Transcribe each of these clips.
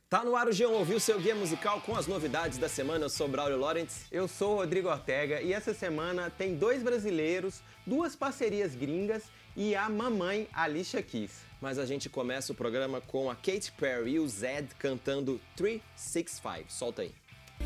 Tá no ar o G1 Ouviu, seu guia musical com as novidades da semana. Eu sou Braulio Lawrence. Eu sou o Rodrigo Ortega e essa semana tem 2 brasileiros, 2 parcerias gringas e a mamãe Alicia Keys. Mas a gente começa o programa com a Katy Perry e o Zedd cantando 365. Solta aí.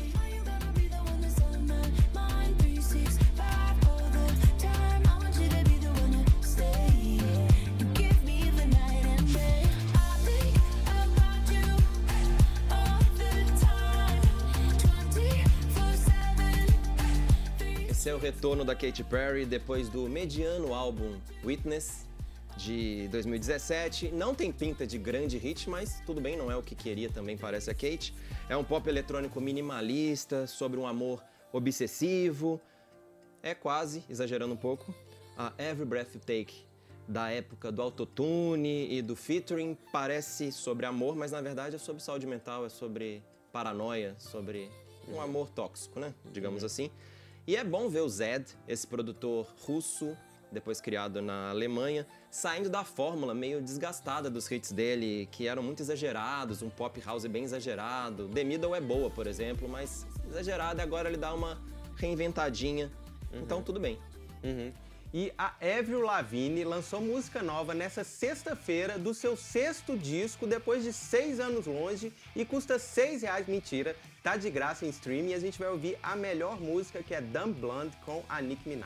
Esse é o retorno da Katy Perry depois do mediano álbum Witness, de 2017. Não tem pinta de grande hit, mas tudo bem, não é o que queria também, parece a Katy. É um pop eletrônico minimalista, sobre um amor obsessivo. É quase, exagerando um pouco, a Every Breath You Take da época do autotune e do featuring. Parece sobre amor, mas na verdade é sobre saúde mental, é sobre paranoia, sobre um amor tóxico, né? Digamos assim. E é bom ver o Zedd, esse produtor russo, depois criado na Alemanha, saindo da fórmula meio desgastada dos hits dele, que eram muito exagerados, um pop house bem exagerado. The Middle é boa, por exemplo, mas exagerada, e agora ele dá uma reinventadinha, então tudo bem. E a Avril Lavigne lançou música nova nessa sexta-feira do seu 6º disco, depois de 6 anos longe, e custa R$6. Mentira, tá de graça em streaming, e a gente vai ouvir a melhor música, que é Dumb Blonde, com a Nicki Minaj.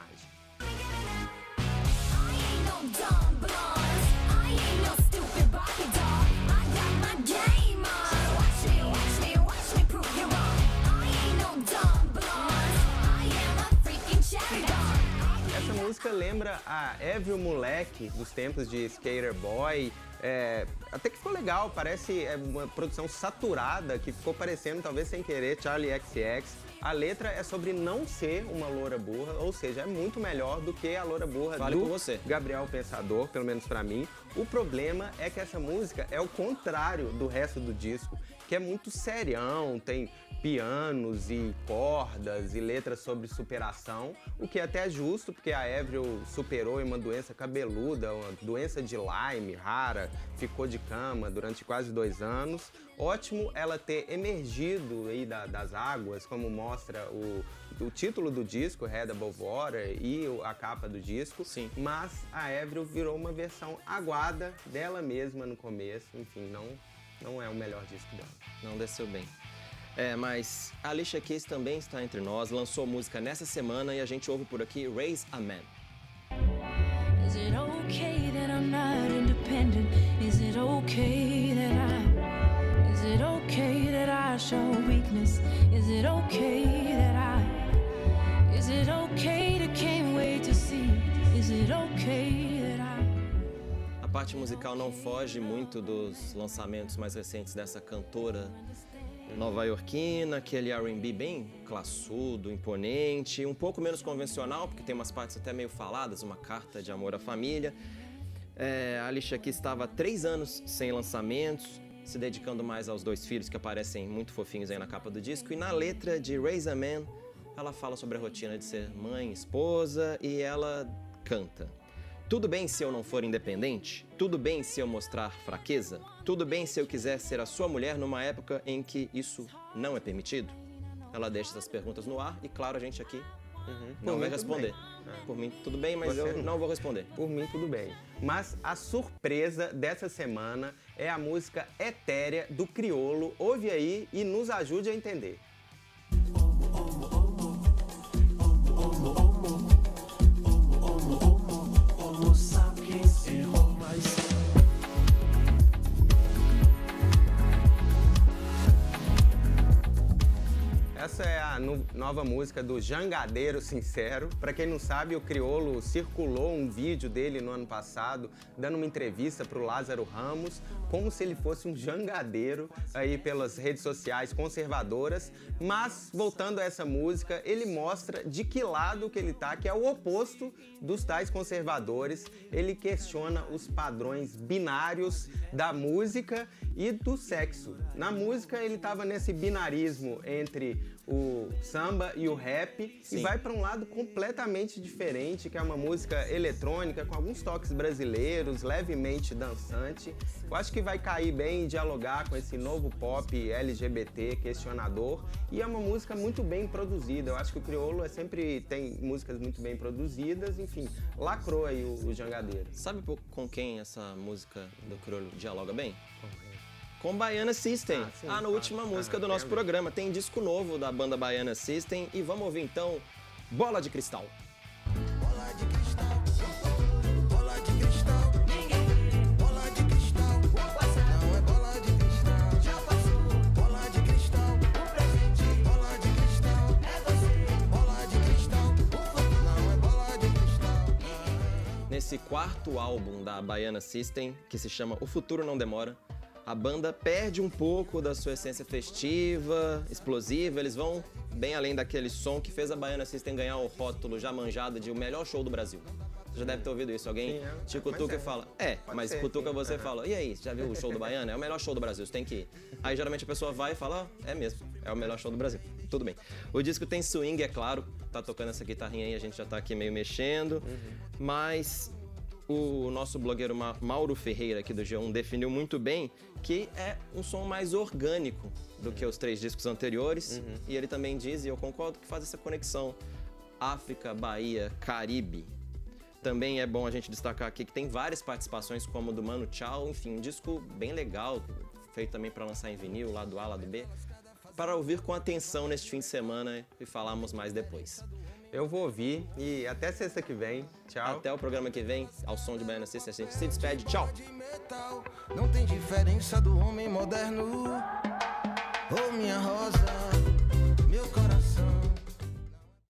Essa música lembra a Avril Moleque dos tempos de Skater Boy. Até que ficou legal, parece uma produção saturada que ficou parecendo, talvez sem querer, Charli XCX. A letra é sobre não ser uma loura burra, ou seja, é muito melhor do que a loura burra Vale por você. Gabriel Pensador, pelo menos pra mim. O problema é que essa música é o contrário do resto do disco, que é muito serião, tem pianos e cordas e letras sobre superação, o que é até justo, porque a Avril superou uma doença cabeluda, uma doença de Lyme rara, ficou de cama durante quase 2 anos. Ótimo ela ter emergido aí das águas, como mostra o título do disco, Head Above Water, e a capa do disco. Sim. Mas a Avril virou uma versão aguada dela mesma no começo, enfim, não é o melhor disco dela. Não desceu bem. Mas a Alicia Keys também está entre nós, lançou música nessa semana e a gente ouve por aqui Raise a Man. Is it okay that I'm not independent? Is it okay that I show weakness? Is it okay to can't wait to see? Is it okay that I... A parte musical não foge muito dos lançamentos mais recentes dessa cantora nova-iorquina, aquele R&B bem classudo, imponente, um pouco menos convencional, porque tem umas partes até meio faladas, uma carta de amor à família. A Alicia Keys estava há 3 anos sem lançamentos, se dedicando mais aos 2 filhos que aparecem muito fofinhos aí na capa do disco, e na letra de Raise a Man, ela fala sobre a rotina de ser mãe, esposa, e ela canta. Tudo bem se eu não for independente? Tudo bem se eu mostrar fraqueza? Tudo bem se eu quiser ser a sua mulher numa época em que isso não é permitido? Ela deixa essas perguntas no ar e, claro, a gente aqui não vai responder. Por mim, tudo bem, mas eu não vou responder. Por mim, tudo bem. Mas a surpresa dessa semana é a música Etérea do Criolo. Ouve aí e nos ajude a entender. Essa é a nova música do Jangadeiro Sincero. Pra quem não sabe, o Criolo circulou um vídeo dele no ano passado, dando uma entrevista pro Lázaro Ramos, como se ele fosse um jangadeiro aí pelas redes sociais conservadoras. Mas, voltando a essa música, ele mostra de que lado que ele tá, que é o oposto dos tais conservadores. Ele questiona os padrões binários da música e do sexo. Na música ele tava nesse binarismo entre o samba e o rap e vai para um lado completamente diferente, que é uma música eletrônica com alguns toques brasileiros, levemente dançante. Eu acho que vai cair bem e dialogar com esse novo pop LGBT questionador, e é uma música muito bem produzida. Eu acho que o Criolo sempre tem músicas muito bem produzidas, enfim, lacrou aí o Jangadeiro. Sabe com quem essa música do Criolo dialoga bem? Com Baiana System, a última música do nosso programa. Tem disco novo da banda Baiana System e vamos ouvir então Bola de Cristal. Bola de cristal, bola de cristal, bola de cristal, não é bola de cristal, já passou. Bola de cristal, o presente, bola de cristal, é você. Bola de cristal, não é bola de cristal. Nesse quarto álbum da Baiana System, que se chama O Futuro Não Demora, a banda perde um pouco da sua essência festiva, explosiva. Eles vão bem além daquele som que fez a Baiana System ganhar o rótulo já manjado de o melhor show do Brasil. Você já deve ter ouvido isso. Alguém te cutuca e fala, mas cutuca você fala, e aí, já viu o show do Baiana? É o melhor show do Brasil, você tem que ir. Aí geralmente a pessoa vai e fala, é mesmo, é o melhor show do Brasil. Tudo bem. O disco tem swing, é claro, tá tocando essa guitarrinha aí, a gente já tá aqui meio mexendo, mas o nosso blogueiro Mauro Ferreira aqui do G1 definiu muito bem que é um som mais orgânico do que os 3 discos anteriores. E ele também diz, e eu concordo, que faz essa conexão África, Bahia, Caribe. Também é bom a gente destacar aqui que tem várias participações, como do Mano Tchau, enfim, um disco bem legal, feito também para lançar em vinil, lado A, lado B, para ouvir com atenção neste fim de semana e falarmos mais depois. Eu vou ouvir e até sexta que vem. Tchau. Até o programa que vem, ao som de Baiana System, a gente se despede. Tchau. Não tem diferença do homem moderno. Oh, minha rosa.